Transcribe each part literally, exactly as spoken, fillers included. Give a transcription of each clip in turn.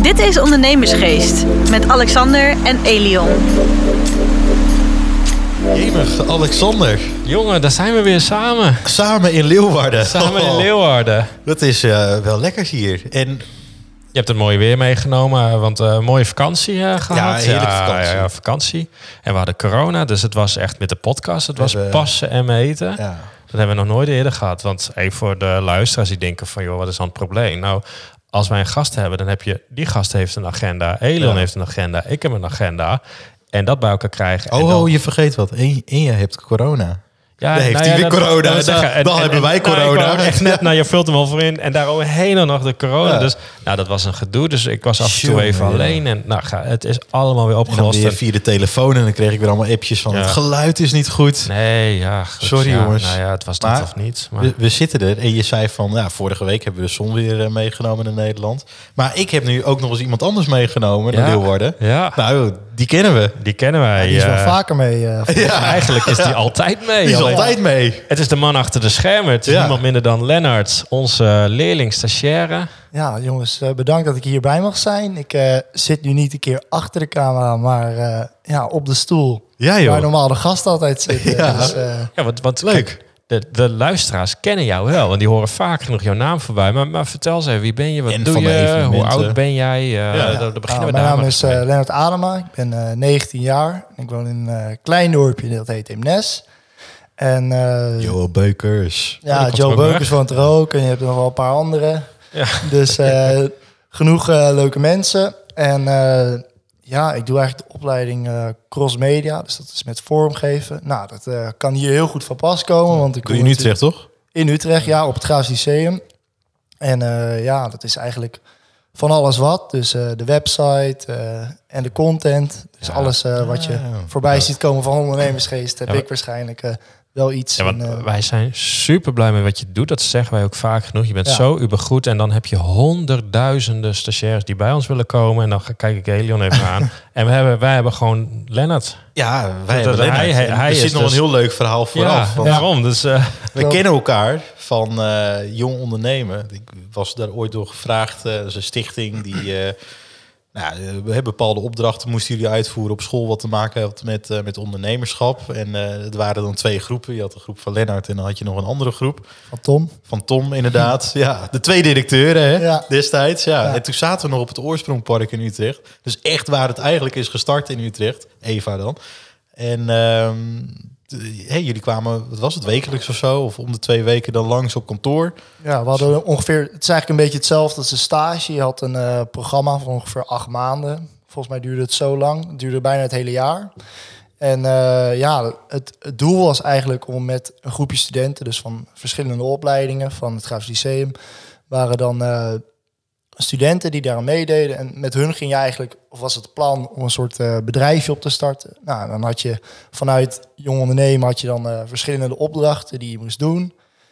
Dit is Ondernemersgeest met Alexander en Elion. Jemig, Alexander. Jongen, daar zijn we weer samen. Samen in Leeuwarden. Samen in Leeuwarden. Dat is uh, wel lekker hier. En je hebt het mooie weer meegenomen, want een uh, mooie vakantie uh, gehad. Ja, heerlijke ja, vakantie. Ja, ja, vakantie. En we hadden corona, dus het was echt met de podcast. Het was we, passen en meten. Ja. Dat hebben we nog nooit eerder gehad. Want even voor de luisteraars die denken van, joh, wat is dan het probleem? Nou, als wij een gast hebben, dan heb je... Die gast heeft een agenda, Elion ja. heeft een agenda, ik heb een agenda. En dat bij elkaar krijgen. Oh, en dan... oh je vergeet wat. En, en je hebt corona. Ja, dan heeft nou hij ja, weer dat, corona. Dat, dat dan en, dan en, hebben en, wij corona. Nou, echt net, nou, je vult hem al voor in. En daaromheen nog de corona. Ja. Dus nou, dat was een gedoe. Dus ik was af en toe Jongen, even ja. alleen. En nou, ga, het is allemaal weer En dan opgelost. weer via de telefoon en dan kreeg ik weer allemaal appjes van... Ja. Het geluid is niet goed. Nee, ja. Goed, Sorry ja, jongens. Nou ja, het was dat Maar of niet. Maar... We, we zitten er en je zei van... Ja, vorige week hebben we de zon weer uh, meegenomen in Nederland. Maar ik heb nu ook nog eens iemand anders meegenomen Ja. naar Leeuwarden. Ja. Nou, die kennen we. Die kennen wij. Ja, die is wel uh, vaker mee. Uh, Ja. Eigenlijk is die altijd mee. Die is Alleen- altijd mee. Het is de man achter de schermen. Het is Ja. niemand minder dan Lennart, onze leerling stagiaire. Ja, jongens, uh, bedankt dat ik hierbij mag zijn. Ik uh, zit nu niet een keer achter de camera, maar uh, ja, op de stoel. Ja joh. Waar normaal de gast altijd zit. Ja. Dus, uh, Ja, want, want Leuk. kijk, de, de luisteraars kennen jou wel. Want die horen vaak genoeg jouw naam voorbij. Maar, maar vertel eens even, wie ben je? Wat En doe van de je? Hoe evenementen. oud ben jij? Uh, Ja. daar, daar beginnen nou, we mijn daar naam maar is eens uh, mee. Lennart Adema. Ik ben uh, negentien jaar. Ik woon in een klein dorpje, dat heet Eemnes. En uh, Joel Beukers. Oh, die ja, komt Joe er ook Beukers weg. woont er ook. En je hebt er nog wel een paar anderen. Ja. Dus uh, genoeg uh, leuke mensen. En uh, ja, ik doe eigenlijk de opleiding uh, cross media. Dus dat is met vormgeven. Nou, dat uh, kan hier heel goed van pas komen. Want ik Doe je kom in Utrecht, toch? in Utrecht, ja, op het Graafs Lyceum. En uh, ja, dat is eigenlijk van alles wat. Dus uh, de website uh, en de content. Dus Ja. alles uh, wat je Ja. voorbij Ja. ziet komen van ondernemersgeest... heb Ja, maar- ik waarschijnlijk uh, wel iets. Ja, want in, uh, wij zijn super blij met wat je doet. Dat zeggen wij ook vaak genoeg. Je bent Ja. zo ubergoed. En dan heb je honderdduizenden stagiairs die bij ons willen komen. En dan ga- kijk ik Elion even aan. En we hebben, wij hebben gewoon Lennart. Ja, wij Dat- hebben hij- Lennart. hij- En hij er is zit nog dus- een heel leuk verhaal vooraf. Ja, want daarom. Dus, uh, we Klopt. kennen elkaar van uh, Jong Ondernemen. Ik was daar ooit door gevraagd. Uh, dat is een stichting die... Uh, nou, we hebben bepaalde opdrachten moesten jullie uitvoeren op school... wat te maken had met, uh, met ondernemerschap. En uh, het waren dan twee groepen. Je had een groep van Lennart en dan had je nog een andere groep. van Tom. Van Tom, inderdaad. Ja, de twee directeuren hè, Ja. destijds. Ja. Ja. En toen zaten we nog op het Oorsprongpark in Utrecht. Dus echt waar het eigenlijk is gestart in Utrecht. Eva dan. En ehm, de- hey, jullie kwamen, wat was het, wekelijks of zo? Of om de twee weken dan langs op kantoor. Ja, we hadden ongeveer... Het is eigenlijk een beetje hetzelfde als een stage. Je had een uh, programma van ongeveer acht maanden. Volgens mij duurde het zo lang. Het duurde bijna het hele jaar. En uh, ja, het, het doel was eigenlijk om met een groepje studenten... dus van verschillende opleidingen van het Graafs Lyceum... waren dan uh, studenten die daar aan meededen. En met hun ging je eigenlijk, of was het plan... om een soort uh, bedrijfje op te starten. Nou, dan had je vanuit Jong Ondernemen... had je dan uh, verschillende opdrachten die je moest doen...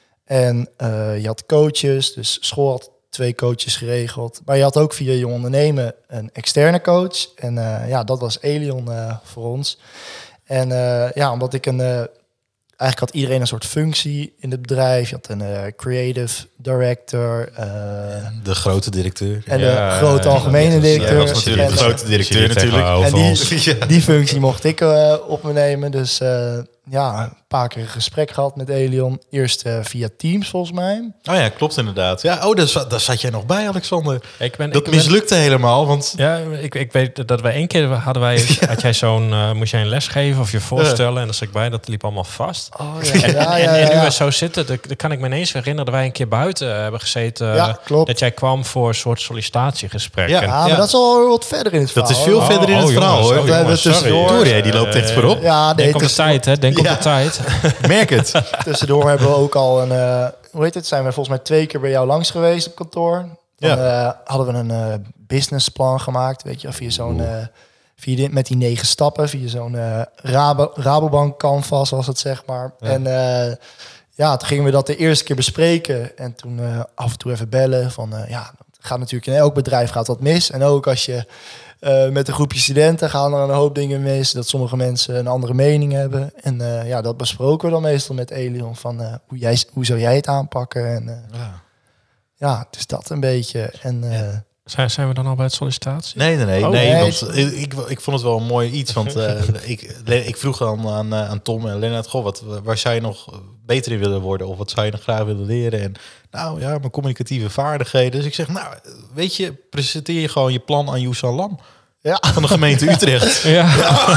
En uh, je had coaches, dus school had twee coaches geregeld. Maar je had ook via Jong Ondernemen een externe coach. En uh, ja, dat was Elion uh, voor ons. En uh, ja, omdat ik een... Uh, eigenlijk had iedereen een soort functie in het bedrijf. Je had een uh, creative director. Uh, De grote directeur. en Ja, de grote ja, algemene ja, directeur. dat was natuurlijk En, de grote directeur Zit hier natuurlijk. tegenover En ons. die, die functie mocht ik uh, op me nemen. Dus uh, ja, een paar keer een gesprek gehad met Elion. Eerst uh, via Teams volgens mij. Oh ja, klopt inderdaad. Ja, oh, daar, za- daar zat jij nog bij, Alexander. Ik ben, Dat ik ben- mislukte helemaal, want... Ja, ik, ik weet dat wij één keer hadden wij, had jij zo'n, uh, moest jij een les geven of je voorstellen en dan zat ik bij, dat liep allemaal vast. Oh, En, ja, ja, en, ja, en nu ja. we zo zitten, dan dan kan ik me ineens herinneren dat wij een keer buiten hebben gezeten. Ja, uh, klopt. Dat jij kwam voor een soort sollicitatiegesprek. Ja. En- Ja, maar Ja. dat is al wat verder in het Dat verhaal. is veel hoor. verder in het oh, verhaal, jongens, hoor. oh, We hebben jongens, sorry. tussendoor- Victoria, die loopt echt Eh, voorop. Ja, nee, Denk op de tussen- tijd, hè? Denk Ja. op de tijd. Merk het. tussendoor hebben we ook al een... Uh, hoe heet het? Zijn we volgens mij twee keer bij jou langs geweest op kantoor. Dan Ja. uh, hadden we een uh, businessplan gemaakt, weet je, via zo'n... Uh, via die, met die negen stappen, via zo'n uh, Rabo, Rabobank canvas was het, zeg maar. Ja. En uh, ja, toen gingen we dat de eerste keer bespreken. En toen uh, af en toe even bellen van... Uh, ja, het gaat natuurlijk in elk bedrijf gaat wat mis. En ook als je... Uh, met een groepje studenten gaan er een hoop dingen mis. Dat sommige mensen een andere mening hebben. En uh, ja, dat besproken we dan meestal met Elion. Van uh, hoe, jij, hoe zou jij het aanpakken? En uh, Ja. ja, dus dat een beetje. En uh, Ja. Zijn, zijn we dan al bij het sollicitatie? Nee, nee, nee. Oh, nee, nee. want ik, ik, ik vond het wel een mooi iets. Want uh, ik, ik vroeg dan aan, uh, aan Tom en Lennart... Goh, wat, waar zou je nog beter in willen worden? Of wat zou je nog graag willen leren? En nou ja, mijn communicatieve vaardigheden. Dus ik zeg, nou, weet je... presenteer je gewoon je plan aan Youssef Lam... Ja. van de gemeente Utrecht. Ja. Ja,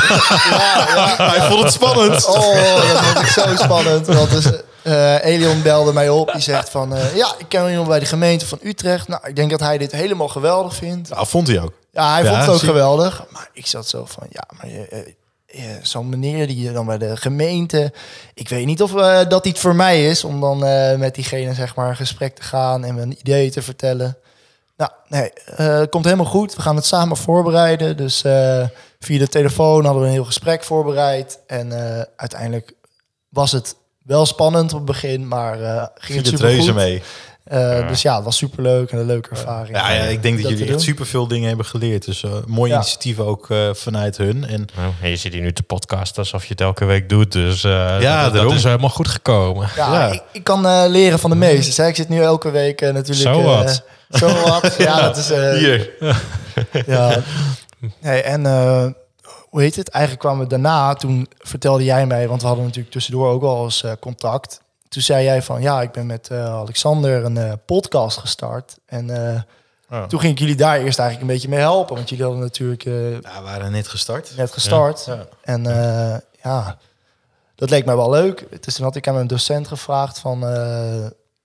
ja. Hij vond het spannend. Oh, dat vond ik zo spannend. Want dus, uh, Elion belde mij op. Die zegt van, uh, ja, ik ken iemand bij de gemeente van Utrecht. Nou, ik denk dat hij dit helemaal geweldig vindt. Nou, vond hij ook. Ja, hij Ja, vond het ook zie- geweldig. Maar ik zat zo van, ja, maar uh, uh, zo'n meneer die dan bij de gemeente... Ik weet niet of uh, dat iets voor mij is... om dan uh, met diegene zeg maar een gesprek te gaan... en mijn ideeën te vertellen. Nou, nee, uh, het komt helemaal goed. We gaan het samen voorbereiden. Dus uh, via de telefoon hadden we een heel gesprek voorbereid. En uh, uiteindelijk was het wel spannend op het begin, maar uh, ging het Viel het super reuze goed. mee. Uh, Ja. Dus ja, het was superleuk en een leuke ervaring. Ja, ja, ik denk dat, te jullie echt doen. superveel dingen hebben geleerd. Dus uh, mooie Ja. initiatieven ook uh, vanuit hun. En Nou, en je zit hier nu te podcasten alsof je het elke week doet. Dus uh, Ja, dat, dat daarom. is helemaal goed gekomen. Ja, Ja. Ik, ik kan uh, leren van de meesters. Hè. Ik zit nu elke week uh, natuurlijk... Zo uh, wat. Zo wat. Ja, dat is... Uh, hier. Ja. Nee, en uh, hoe heet het? Eigenlijk kwamen we daarna, toen vertelde jij mij, want we hadden natuurlijk tussendoor ook al eens uh, contact. Toen zei jij van, ja, ik ben met uh, Alexander een uh, podcast gestart. En uh, Oh. toen ging ik jullie daar eerst eigenlijk een beetje mee helpen. Want jullie hadden natuurlijk uh, Ja, we waren net gestart. net gestart. Ja. Ja. En uh, ja, dat leek mij wel leuk. Dus toen had ik aan mijn docent gevraagd van... Uh,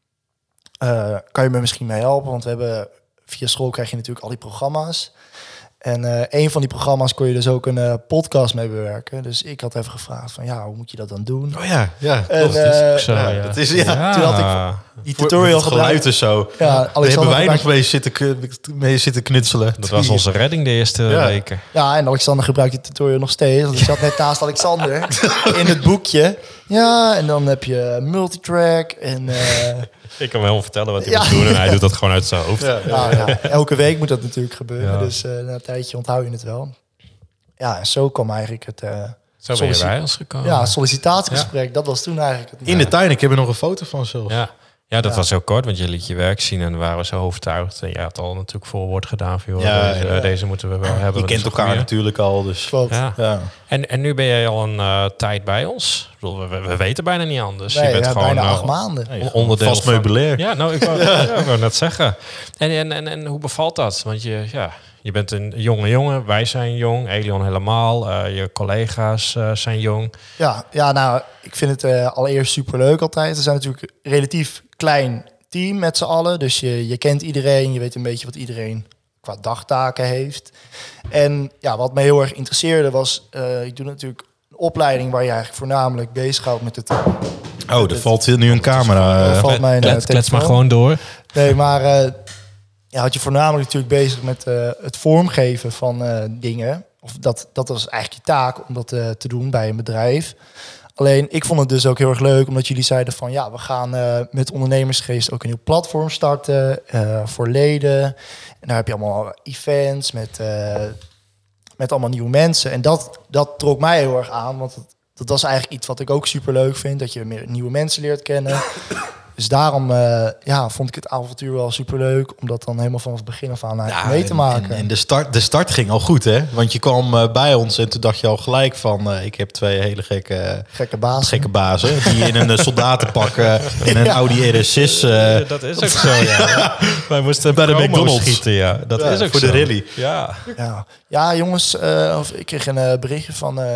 uh, kan je me misschien mee helpen? Want we hebben via school krijg je natuurlijk al die programma's. En uh, een van die programma's kon je dus ook een uh, podcast mee bewerken. Dus ik had even gevraagd van ja, hoe moet je dat dan doen? Oh ja, ja. En, klopt. Het is- uh, Zo, ja, ja. dat is- ja. Toen had ik die voor- tutorial met het geluid gebruikt. en zo. Ja, Daar hebben Alexander wij nog gebruikt, mee zitten, ku- mee zitten knutselen. Dat was onze redding de eerste Ja. weken. ja, en Alexander gebruikt die tutorial nog steeds. Want ik zat net naast Alexander in het boekje. Ja, en dan heb je multitrack en... Uh, Ik kan wel vertellen wat hij Ja. moet doen en hij doet dat gewoon uit zijn hoofd. Ja, ja. Nou, ja, elke week moet dat natuurlijk gebeuren. Ja. Dus uh, na een tijdje onthoud je het wel. Ja, en zo kwam eigenlijk het uh, Zo ben je Solliciet- bij ons gekomen. ja, sollicitatiegesprek. Dat was toen eigenlijk het... In de tuin, ik heb er nog een foto van zelfs. Ja. Ja, dat Ja. was heel kort, want je liet je werk zien en we waren zo overtuigd. En je had al natuurlijk voorwoord gedaan van, joh, Ja, deze, ja. deze moeten we wel hebben. Je Dat kent is een elkaar goeie. natuurlijk al, dus... Klopt. Ja. Ja. En, en nu ben jij al een uh, tijd bij ons. Ik bedoel, we, we weten bijna niet anders. Nee, je bent ja, gewoon bijna uh, acht maanden. Nee, on- onderdeel vast van- meubilair. Ja, nou, ik wou, ja, ik wou net zeggen. En, en, en, en hoe bevalt dat? Want je, ja, je bent een jonge jongen, wij zijn jong, Elion helemaal, uh, je collega's uh, zijn jong. Ja, ja, nou, ik vind het uh, allereerst superleuk altijd. We zijn natuurlijk een relatief klein team met z'n allen. Dus je, je kent iedereen, je weet een beetje wat iedereen qua dagtaken heeft. En ja, wat me heel erg interesseerde was... Uh, ik doe natuurlijk een opleiding waar je eigenlijk voornamelijk bezighoudt met het... Oh, er valt nu een camera. Er eh, valt mijn, uh, Klets, klets maar telefoon. gewoon door. Nee, maar uh, ja, had je voornamelijk natuurlijk bezig met uh, het vormgeven van uh, dingen. Of dat, dat was eigenlijk je taak om dat uh, te doen bij een bedrijf. Alleen, ik vond het dus ook heel erg leuk, omdat jullie zeiden van... ja, we gaan uh, met ondernemersgeest ook een nieuw platform starten uh, voor leden. En daar heb je allemaal events met, uh, met allemaal nieuwe mensen. En dat, dat trok mij heel erg aan, want het, dat was eigenlijk iets wat ik ook super leuk vind. Dat je meer nieuwe mensen leert kennen. Dus daarom uh, ja, vond ik het avontuur wel super leuk om dat dan helemaal vanaf het begin af aan eigenlijk Ja, mee te maken. En, en de, start, de start ging al goed, hè? Want je kwam uh, bij ons en toen dacht je al gelijk van... Uh, ik heb twee hele gekke, Gekke baas. gekke bazen... die in een uh, soldatenpak uh, in een Audi R S zes... Uh, Ja, dat is ook zo, ja. Wij moesten Bij de promo McDonald's. schieten, ja. Dat Ja, is ook voor zo. de rally. Ja. Ja, ja jongens, uh, of ik kreeg een uh, berichtje van... Uh,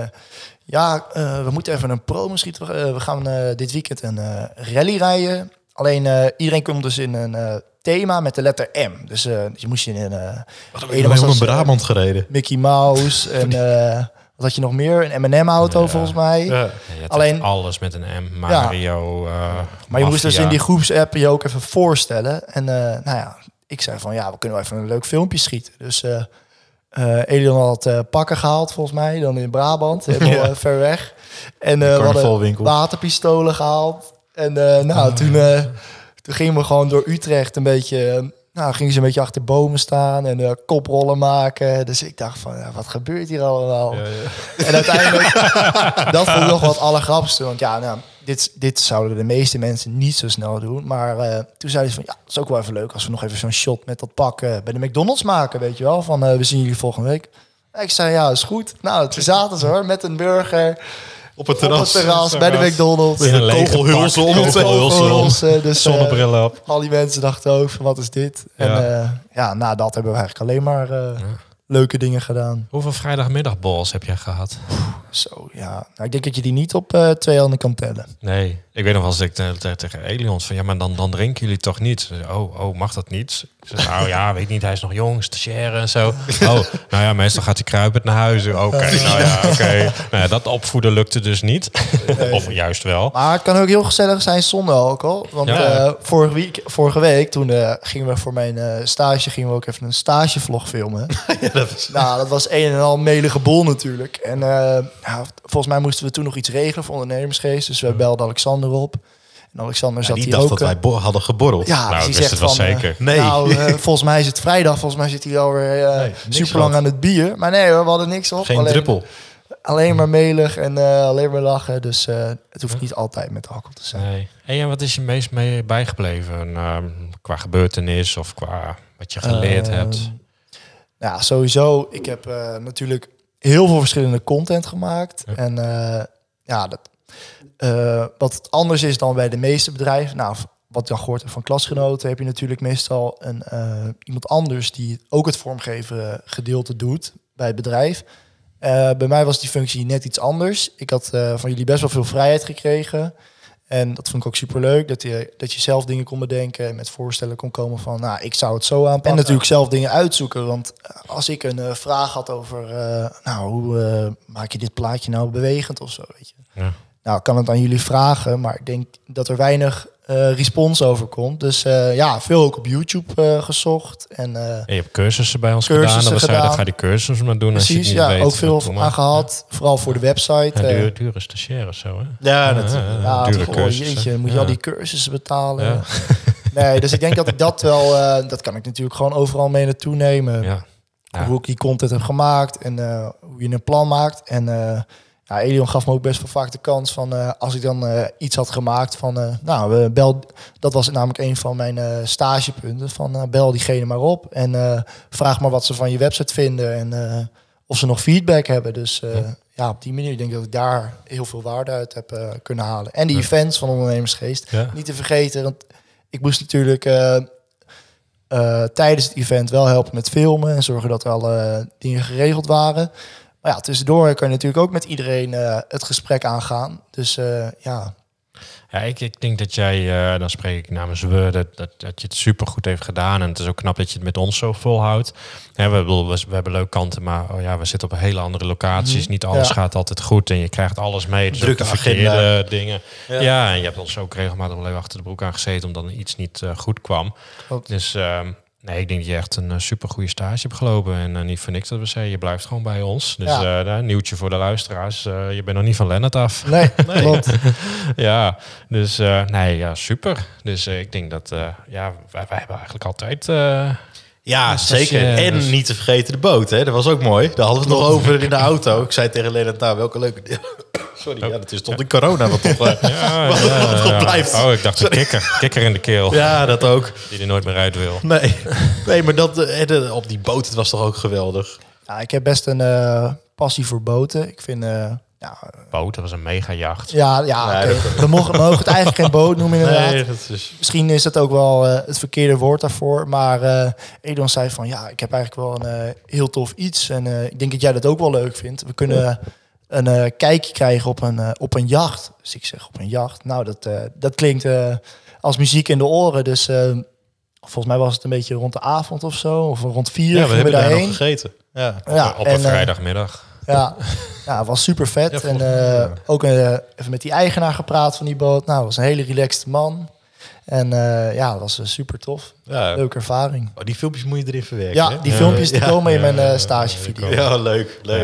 ja, uh, we moeten even een promo schieten. Uh, we gaan uh, dit weekend een uh, rally rijden. Alleen uh, iedereen komt dus in een uh, thema met de letter M. Dus uh, je moest je in een... Uh, we hebben in Brabant gereden. Mickey Mouse en... Uh, wat had je nog meer? Een M en M-auto Ja. volgens mij. Ja. Ja, je Alleen- Alleen alles met een M. Mario, uh, Maar je moest dus Mafia. in die groepsapp je ook even voorstellen. En uh, nou ja, ik zei van ja, we kunnen wel even een leuk filmpje schieten. Dus uh, uh, Elion had uh, pakken gehaald volgens mij, dan in Brabant, helemaal Ja. uh, ver weg. En uh, we hadden Carnavalwinkel. waterpistolen gehaald. En uh, nou, toen, uh, toen gingen we gewoon door Utrecht een beetje uh, nou, gingen ze een beetje achter bomen staan en uh, koprollen maken. Dus ik dacht van, ja, wat gebeurt hier allemaal? Ja, ja. En uiteindelijk, dat vond ik nog wel het allergrappigste. Want ja, nou, dit, dit zouden de meeste mensen niet zo snel doen. Maar uh, toen zeiden ze van, ja, het is ook wel even leuk als we nog even zo'n shot met dat pak uh, bij de McDonald's maken, weet je wel. Van, uh, we zien jullie volgende week. En ik zei, ja, is goed. Nou, toen zaten ze hoor, met een burger... Op het terras. Op het terras, bij de McDonald's. Met een kogelhulsel om het kogelhulsel. Dus, zonnebrillen op. Uh, al die mensen dachten ook van, wat is dit? Ja. En uh, ja, na dat hebben we eigenlijk alleen maar uh, ja. leuke dingen gedaan. Hoeveel vrijdagmiddagballs heb jij gehad? Zo, ja. Nou, ik denk dat je die niet op uh, twee handen kan tellen. Nee. Ik weet nog wel eens ik tegen, tegen Elions van, ja, maar dan, dan drinken jullie toch niet? Oh, oh, mag dat niet? Ik zeg, nou ja, weet niet, hij is nog jong, stagiaire en zo. Oh, nou ja, meestal gaat hij kruipend naar huis. Oké, okay, nou ja, oké. Okay. Nou ja, dat opvoeden lukte dus niet. Nee. Of juist wel. Maar het kan ook heel gezellig zijn zonder alcohol. Want ja. uh, vorige, week, vorige week, toen uh, gingen we voor mijn uh, stage, gingen we ook even een stagevlog filmen. Ja, dat was... Nou, dat was een en al melige bol natuurlijk. En uh, nou, volgens mij moesten we toen nog iets regelen voor ondernemersgeest. Dus we belden Alexander op. En Alexander ja, zat die hier dacht ook. dat wij bo- hadden geborreld. Ja, nou, die ik zegt het wel van, zeker. Uh, nee. Nou, uh, volgens mij is het vrijdag. Volgens mij zit hij alweer uh, nee, super lang aan het bier. Maar nee hoor, we hadden niks op. Geen alleen, druppel. Alleen maar melig en uh, alleen maar lachen. Dus uh, het hoeft niet altijd met alcohol te zijn. Nee. En ja, wat is je meest mee bijgebleven? Uh, qua gebeurtenis of qua wat je geleerd uh, hebt? Ja, sowieso. Ik heb uh, natuurlijk heel veel verschillende content gemaakt. Ja. En uh, ja, dat... Uh, wat anders is dan bij de meeste bedrijven. Nou, wat je dan gehoord hebt van klasgenoten, heb je natuurlijk meestal een, uh, iemand anders die ook het vormgeven gedeelte doet bij het bedrijf. Uh, bij mij was die functie net iets anders. Ik had uh, van jullie best wel veel vrijheid gekregen. En dat vond ik ook superleuk, dat je, dat je zelf dingen kon bedenken en met voorstellen kon komen van, nou, ik zou het zo aanpakken. En natuurlijk zelf dingen uitzoeken, want als ik een uh, vraag had over, uh, nou, hoe uh, maak je dit plaatje nou bewegend of zo, weet je. Ja. Nou, ik kan het aan jullie vragen, maar ik denk dat er weinig uh, respons over komt. Dus uh, ja, veel ook op YouTube uh, gezocht. En, uh, en je hebt cursussen bij ons cursussen gedaan. Dan, gedaan. Dan ga je die cursussen maar doen. Precies, als je het niet niet ja, weet, ook veel aan gehad. Ja. Vooral voor de website. Ja, dure, dure stagiaire of zo, hè? Ja, dat ja, ja, ja, dure oh, cursussen. Jeetje, moet je ja. al die cursussen betalen? Ja. Nee, dus ik denk dat ik dat wel... Uh, dat kan ik natuurlijk gewoon overal mee naartoe nemen. Ja. Ja. Hoe ik die content heb gemaakt en uh, hoe je een plan maakt. En... Uh, Ja, Elion gaf me ook best wel vaak de kans van uh, als ik dan uh, iets had gemaakt van, uh, nou, uh, bel, dat was namelijk een van mijn uh, stagepunten van uh, bel diegene maar op en uh, vraag maar wat ze van je website vinden en uh, of ze nog feedback hebben. Dus uh, ja. ja, op die manier denk ik dat ik daar heel veel waarde uit heb uh, kunnen halen. En die ja. events van Ondernemersgeest, ja. niet te vergeten, want ik moest natuurlijk uh, uh, tijdens het event wel helpen met filmen en zorgen dat er alle dingen geregeld waren. Maar ja, tussendoor kan je natuurlijk ook met iedereen uh, het gesprek aangaan. Dus uh, ja. Ja, ik, ik denk dat jij, uh, dan spreek ik namens we, dat, dat, dat je het supergoed heeft gedaan. En het is ook knap dat je het met ons zo volhoudt. Ja, we, we, we hebben leuke kanten, maar oh ja, we zitten op hele andere locaties. Mm-hmm. Niet alles ja. gaat altijd goed en je krijgt alles mee. Dus drukke verkeerde dingen. Ja. ja, en je hebt ons ook regelmatig wel even achter de broek aangezeten omdat er iets niet uh, goed kwam. Klopt. Dus... Uh, Nee, ik denk dat je echt een uh, supergoeie stage hebt gelopen. En uh, niet voor niks dat we zeggen, je blijft gewoon bij ons. Dus ja. uh, een nieuwtje voor de luisteraars. Uh, je bent nog niet van Lennart af. Nee, nee. Klopt. Ja, dus uh, nee, ja, super. Dus uh, ik denk dat, uh, ja, wij, wij hebben eigenlijk altijd... Uh, ja, zeker. Je, en dus... niet te vergeten de boot, hè. Dat was ook mooi. Daar hadden we het nog over in de auto. Ik zei tegen Lennart, nou, welke leuke... Sorry, oh. ja, dat is tot in corona wat toch, uh, ja, wat, ja, wat ja. blijft. Oh, ik dacht een kikker. Kikker in de keel. Ja, dat ook. Die er nooit meer uit wil. Nee, nee maar dat, uh, op die boot, het was toch ook geweldig. Ja, ik heb best een uh, passie voor boten. Ik vind... Uh, ja, boot, dat was een megajacht. Ja, ja nee, okay. we, mogen, we mogen het eigenlijk geen boot noemen inderdaad. Nee, dat is... Misschien is dat ook wel uh, het verkeerde woord daarvoor. Maar uh, Edon zei van, ja, ik heb eigenlijk wel een uh, heel tof iets. En uh, ik denk dat jij dat ook wel leuk vindt. We kunnen... Uh, een uh, kijkje krijgen op een, uh, op een jacht. Dus ik zeg op een jacht. Nou, dat, uh, dat klinkt uh, als muziek in de oren. Dus uh, volgens mij was het een beetje rond de avond of zo. Of rond vier. Ja, we hebben we daar daarheen. nog gegeten. Ja, ja op, op en, een vrijdagmiddag. Uh, ja, ja, het was super vet. Ja, en uh, ook uh, even met die eigenaar gepraat van die boot. Nou, was een hele relaxed man. En uh, ja, dat was uh, super tof. Ja. Leuke ervaring. Oh, die filmpjes moet je erin verwerken. Ja, hè? die ja, filmpjes die ja. komen in mijn uh, stagevideo. Ja, leuk. leuk. Ja.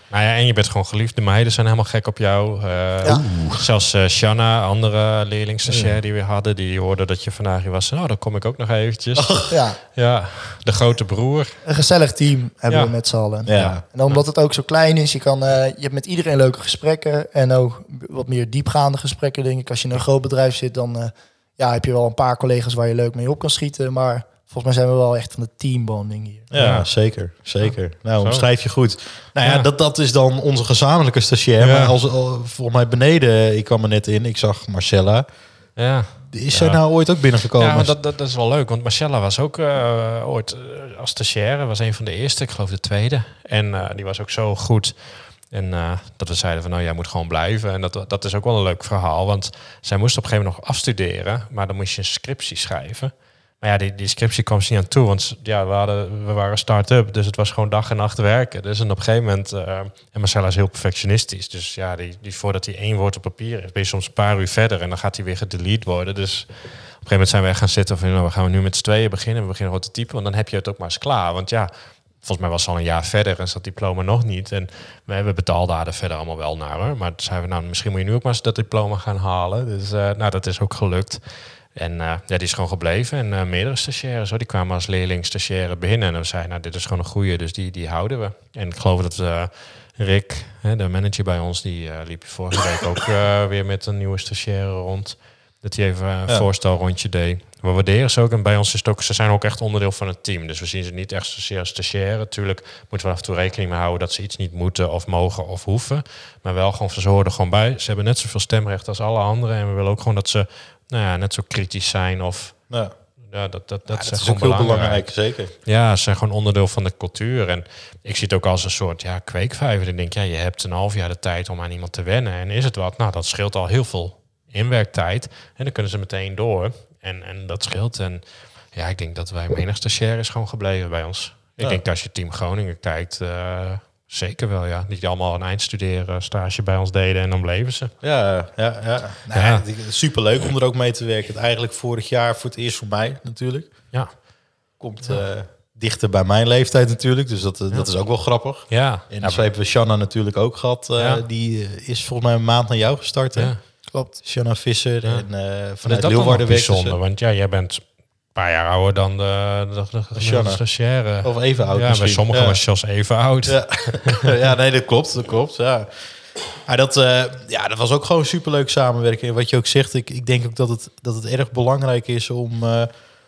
Nou ja, en je bent gewoon geliefd. De meiden zijn helemaal gek op jou. Uh, Ja. Zelfs uh, Shanna, andere leerlingstagiair die we hadden, die hoorde dat je vandaag hier was. Nou, dan kom ik ook nog eventjes. Ja, Ja, de grote broer. een gezellig team hebben Ja. we met z'n allen. Ja. En omdat het ook zo klein is, je, kan, uh, je hebt met iedereen leuke gesprekken. En ook wat meer diepgaande gesprekken, denk ik. Als je in een groot bedrijf zit, dan uh, ja, heb je wel een paar collega's waar je leuk mee op kan schieten. Maar volgens mij zijn we wel echt van de teambonding hier. Ja, Ja. zeker. Zeker. Nou, Zo. omschrijf je goed. Nou ja, Ja. Dat, dat is dan onze gezamenlijke stagiair. Ja. Maar als, al- volgens mij beneden, ik kwam er net in, ik zag Marcella. Ja. Is zij Ja. nou ooit ook binnengekomen? Ja, maar dat, dat, dat is wel leuk, want Marcella was ook uh, ooit uh, als stagiaire, was een van de eerste, ik geloof de tweede. En uh, die was ook zo goed. En uh, dat we zeiden van, nou, jij moet gewoon blijven. En dat, dat is ook wel een leuk verhaal, want zij moest op een gegeven moment nog afstuderen, maar dan moest je een scriptie schrijven. Maar ja, die, die scriptie kwam ze niet aan toe, want ja, we, hadden, we waren start-up, dus het was gewoon dag en nacht werken. Dus en op een gegeven moment, uh, en Marcella is heel perfectionistisch, dus ja, die, die, voordat hij één woord op papier is, ben je soms een paar uur verder en dan gaat hij weer gedelete worden. Dus op een gegeven moment zijn we echt gaan zitten van, nou, we gaan nu met z'n tweeën beginnen, we beginnen gewoon te typen, want dan heb je het ook maar eens klaar. Want ja, volgens mij was ze al een jaar verder en zat diploma nog niet. En we hebben betaalden daar verder allemaal wel naar, hoor. Maar toen zeiden we, nou, misschien moet je nu ook maar eens dat diploma gaan halen. Dus uh, nou, dat is ook gelukt. En uh, ja, die is gewoon gebleven. En uh, meerdere stagiaires, hoor, die kwamen als leerling stagiaire binnen. En we zeiden, nou, dit is gewoon een goeie, dus die, die houden we. En ik geloof dat uh, Rick, hè, de manager bij ons, die uh, liep vorige week ook uh, weer met een nieuwe stagiaire rond. Dat hij even een Ja. voorstelrondje deed. We waarderen ze ook. En bij ons is het ook, ze zijn ook echt onderdeel van het team. Dus we zien ze niet echt zozeer als stagiaire. Natuurlijk moeten we af en toe rekening mee houden dat ze iets niet moeten of mogen of hoeven. Maar wel gewoon, ze horen er gewoon bij. Ze hebben net zoveel stemrecht als alle anderen. En we willen ook gewoon dat ze nou ja, net zo kritisch zijn. Of Ja. ja, dat, dat, dat, Ja, is dat is gewoon ook heel belangrijk. belangrijk, zeker. Ja, ze zijn gewoon onderdeel van de cultuur. En ik zie het ook als een soort ja, kweekvijver. Ik denk, ja, je hebt een half jaar de tijd om aan iemand te wennen. En is het wat? Nou, dat scheelt al heel veel inwerktijd. En dan kunnen ze meteen door. En, en dat scheelt. En ja, ik denk dat wij menig stagiair is gewoon gebleven bij ons. Ik Ja. denk dat als je Team Groningen kijkt, uh, zeker wel, ja. Die allemaal een eindstuderen stage bij ons deden en dan bleven ze. Ja, ja, ja. Nou, Ja. ja. Superleuk om er ook mee te werken. Het eigenlijk vorig jaar voor het eerst voor mij natuurlijk. Ja. Komt uh, dichter bij mijn leeftijd natuurlijk. Dus dat, uh, dat is ook wel grappig. Ja. En dan hebben we Shanna natuurlijk ook gehad. Uh, Ja. Die uh, is volgens mij een maand naar jou gestart. Hè? Ja. Klopt. Shanna Visser. Ja. En uh, Vanuit vanuit dat Leeuwarden is werken bijzonder, ze. want ja, jij bent een paar jaar ouder dan de, de, de, de Shanna. stagiaire. Of even oud Ja, bij misschien. sommigen Ja. was je zelfs even oud. Ja. Ja, nee, dat klopt. Dat klopt, ja. Maar dat, uh, ja, dat was ook gewoon superleuk samenwerken. En wat je ook zegt, ik, ik denk ook dat het, dat het erg belangrijk is om uh,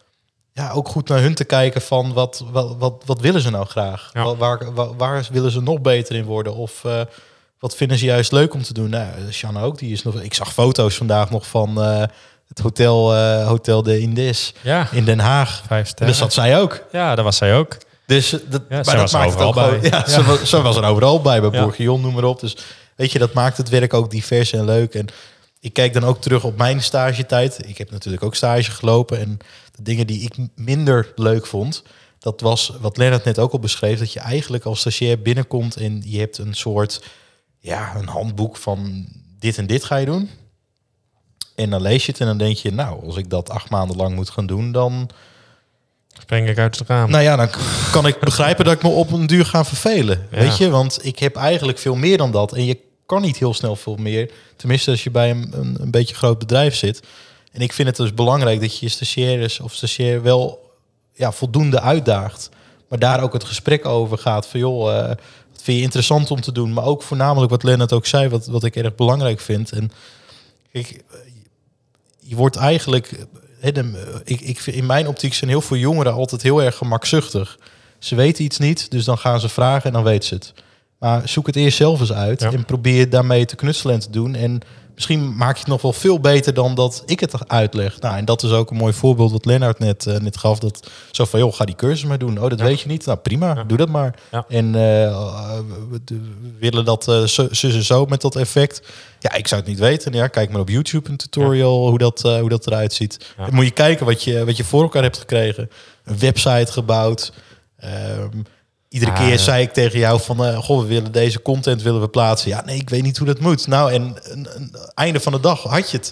ja, ook goed naar hun te kijken van wat, wat, wat, wat willen ze nou graag? Ja. Waar, waar, waar, waar willen ze nog beter in worden? Of uh, wat vinden ze juist leuk om te doen? Nou, Shanna ook, die is nog. Ik zag foto's vandaag nog van uh, het hotel, uh, Hotel de Indes Ja, in Den Haag. vijf En daar sterren. zat zij ook. Ja, daar was zij ook. Dus uh, dat, Ja, maar zij dat was er maakt het ook overal gewoon- bij. Ja, Ja. Ze, was, ze was er overal bij, bij Ja. Bourguignon, noem maar op. Dus weet je, dat maakt het werk ook divers en leuk. En ik kijk dan ook terug op mijn stagetijd. Ik heb natuurlijk ook stage gelopen. En de dingen die ik minder leuk vond, dat was wat Lennart net ook al beschreef, dat je eigenlijk als stagiair binnenkomt en je hebt een soort, ja, een handboek van dit en dit ga je doen. En dan lees je het en dan denk je, nou, als ik dat acht maanden lang moet gaan doen, dan Spring ik uit het raam. nou ja, dan k- kan ik begrijpen dat ik me op een duur ga vervelen. Ja. Weet je, want ik heb eigenlijk veel meer dan dat. En je kan niet heel snel veel meer. Tenminste, als je bij een, een, een beetje groot bedrijf zit. En ik vind het dus belangrijk dat je je stagiaires of stagiair wel ja, voldoende uitdaagt. Maar daar ook het gesprek over gaat. Van joh, uh, wat vind je interessant om te doen? Maar ook voornamelijk wat Lennart ook zei, wat, wat ik erg belangrijk vind. En kijk, je wordt eigenlijk... He, de, ik, ik, in mijn optiek zijn heel veel jongeren altijd heel erg gemakzuchtig. Ze weten iets niet, dus dan gaan ze vragen en dan weten ze het. Maar zoek het eerst zelf eens uit Ja. en probeer daarmee te knutselen en te doen. En misschien maak je het nog wel veel beter dan dat ik het uitleg. Nou, en dat is ook een mooi voorbeeld wat Lennart net, uh, net gaf. Dat zo van, joh, ga die cursus maar doen. Oh, dat Ja. weet je niet? Nou, prima, Ja. doe dat maar. Ja. En uh, we, we willen dat uh, zo, zo, zo met dat effect. Ja, ik zou het niet weten. Ja, kijk maar op YouTube een tutorial hoe, dat, uh, hoe dat eruit ziet. Ja. Dan moet je kijken wat je, wat je voor elkaar hebt gekregen. Een website gebouwd. Um, iedere Ah, keer ja. zei ik tegen jou van... Uh, goh, we willen deze content willen we plaatsen. Ja, nee, ik weet niet hoe dat moet. Nou, en een, een, einde van de dag had je het.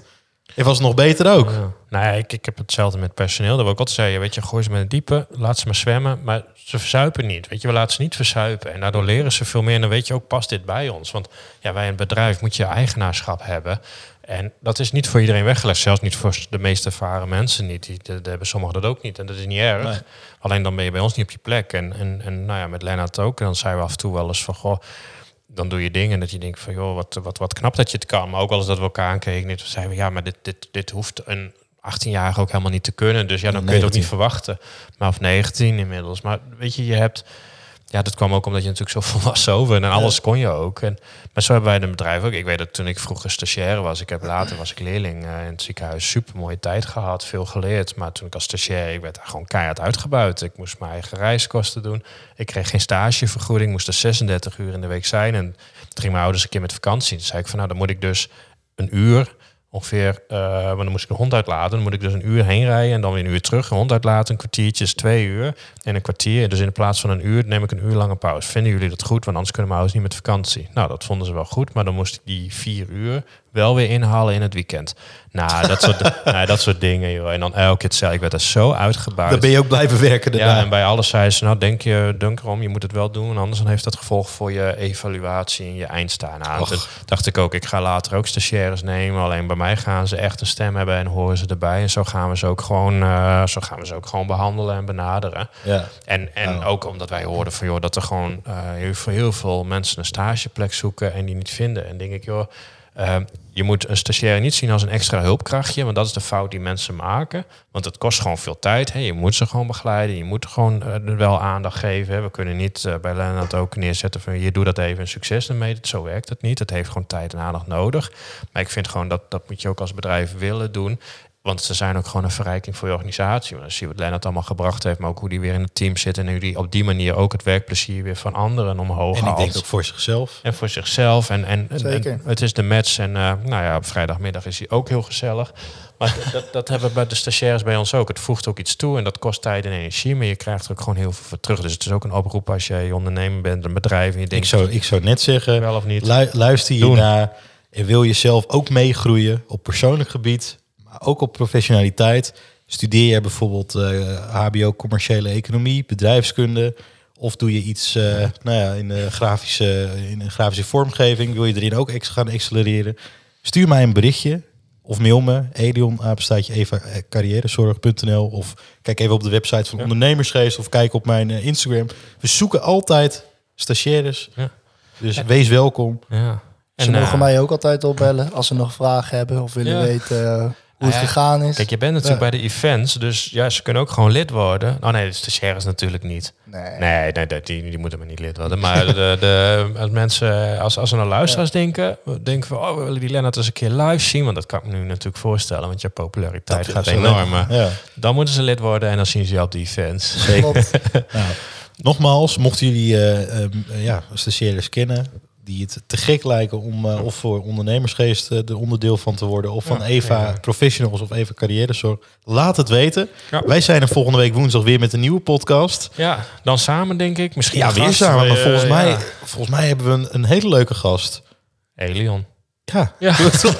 En was het nog beter ook. Ja. Nou ja, ik, ik heb hetzelfde met personeel. Dat we ook altijd zeiden, weet je, gooi ze met een diepe, laat ze maar zwemmen. Maar ze verzuipen niet. Weet je, we laten ze niet verzuipen. En daardoor leren ze veel meer. En dan weet je ook, past dit bij ons? Want ja, wij in het bedrijf moet je eigenaarschap hebben. En dat is niet voor iedereen weggelegd. Zelfs niet voor de meest ervaren mensen niet. Die, die, die hebben sommigen dat ook niet. En dat is niet erg. Nee. Alleen dan ben je bij ons niet op je plek. En, en, en nou ja, met Lennart ook. En dan zeiden we af en toe wel eens van, goh, dan doe je dingen dat je denkt van, joh, wat, wat, wat knap dat je het kan. Maar ook wel eens dat we elkaar aankeken. Net zeiden we, ja, maar dit, dit, dit hoeft een achttienjarige ook helemaal niet te kunnen. Dus ja, dan kun je het ook niet verwachten. Maar of negentien inmiddels. Maar weet je, je hebt... Ja, dat kwam ook omdat je natuurlijk zo volwassen over en alles ja. kon je ook. En, maar zo hebben wij in het bedrijf ook. Ik weet dat toen ik vroeger stagiaire was, ik heb later was ik leerling uh, in het ziekenhuis, super mooie tijd gehad, veel geleerd. Maar toen ik als stagiaire, ik werd daar gewoon keihard uitgebuit. Ik moest mijn eigen reiskosten doen. Ik kreeg geen stagevergoeding, moest er zesendertig uur in de week zijn. En toen gingen mijn ouders een keer met vakantie. Toen zei ik van, nou, dan moet ik dus een uur ongeveer, uh, maar dan moest ik de hond uitlaten. Dan moet ik dus een uur heen rijden en dan weer een uur terug. Een hond uitlaten, een kwartiertje is twee uur. En een kwartier, dus in plaats van een uur neem ik een uur lange pauze. Vinden jullie dat goed? Want anders kunnen mijn ouders niet met vakantie. Nou, dat vonden ze wel goed, maar dan moest ik die vier uur wel weer inhalen in het weekend. Nou, dat soort, nou, dat soort dingen, joh. En dan elke keer hetzelfde. Ik werd er zo uitgebuit. Dan ben je ook blijven werken daarna. Ja, en bij alles zei ze, nou, denk je, denk erom, je moet het wel doen. Anders dan heeft dat gevolg voor je evaluatie en je eindstaan aan. Toen dacht ik ook, ik ga later ook stagiaires nemen. Alleen bij mij gaan ze echt een stem hebben en horen ze erbij. En zo gaan we ze ook gewoon, uh, zo gaan we ze ook gewoon behandelen en benaderen. Ja. En, en oh. ook omdat wij hoorden van, joh, dat er gewoon uh, heel, veel, heel veel mensen een stageplek zoeken en die niet vinden. En denk ik, joh, Uh, je moet een stagiaire niet zien als een extra hulpkrachtje, want dat is de fout die mensen maken. Want het kost gewoon veel tijd. Hè. Je moet ze gewoon begeleiden, je moet gewoon uh, wel aandacht geven. Hè. We kunnen niet uh, bij Lennart ook neerzetten van, je doet dat even en succes ermee. Zo werkt het niet. Het heeft gewoon tijd en aandacht nodig. Maar ik vind gewoon dat dat moet je ook als bedrijf willen doen. Want ze zijn ook gewoon een verrijking voor je organisatie. Want dan zie je wat Lennart allemaal gebracht heeft, maar ook hoe die weer in het team zit en hoe die op die manier ook het werkplezier weer van anderen omhoog haalt. En ik denk ook voor zichzelf. En voor zichzelf. En, en, en, en het is de match. En uh, nou ja, op vrijdagmiddag is hij ook heel gezellig. Maar dat, dat hebben bij de stagiaires bij ons ook. Het voegt ook iets toe en dat kost tijd en energie, maar je krijgt er ook gewoon heel veel voor terug. Dus het is ook een oproep als je ondernemer bent, een bedrijf en je denkt, ik zou, ik zou net zeggen, wel of niet. Lu- luister je naar en wil je zelf ook meegroeien op persoonlijk gebied, maar ook op professionaliteit. Studeer je bijvoorbeeld uh, H B O commerciële economie, bedrijfskunde, of doe je iets uh, nou ja, in, de grafische, in een grafische vormgeving, wil je erin ook ex- gaan accelereren? Stuur mij een berichtje of mail me, Elion, apenstaartje eva carrièrezorg punt n l, of kijk even op de website van ja. Ondernemersgeest of kijk op mijn uh, Instagram. We zoeken altijd stagiaires, ja. dus ja. wees welkom. Ja. En ze mogen uh, mij ook altijd opbellen als ze nog vragen hebben of willen ja. weten uh, hoe nou het ja, gegaan is. Kijk, je bent natuurlijk ja. bij de events, dus ja, ze kunnen ook gewoon lid worden. Oh nee, de stagiaires natuurlijk niet. Nee, nee, nee die, die moeten maar niet lid worden. Maar de, de, als mensen, als, als ze naar luisteraars ja. denken, denken van, oh, we willen die Lennart eens een keer live zien, want dat kan ik me nu natuurlijk voorstellen, want je populariteit dat gaat enorm. Ja. Dan moeten ze lid worden en dan zien ze je op de events. Zeker. nou, nogmaals, mochten jullie uh, um, uh, ja, stagiaires kennen die het te gek lijken om uh, of voor ondernemersgeest uh, er onderdeel van te worden, of van ja, Eva ja. Professionals of Eva Carrièrezorg, laat het weten. Ja. Wij zijn er volgende week woensdag weer met een nieuwe podcast. Ja, dan samen denk ik. Misschien ja, weer samen. Maar volgens uh, mij, ja. volgens mij hebben we een, een hele leuke gast. Elion. Ja. ja.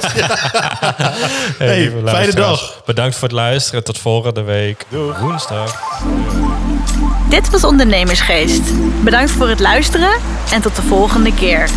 hey, hey, fijne dag. Bedankt voor het luisteren. Tot volgende week. Doei. Woensdag. Dit was Ondernemersgeest. Bedankt voor het luisteren en tot de volgende keer.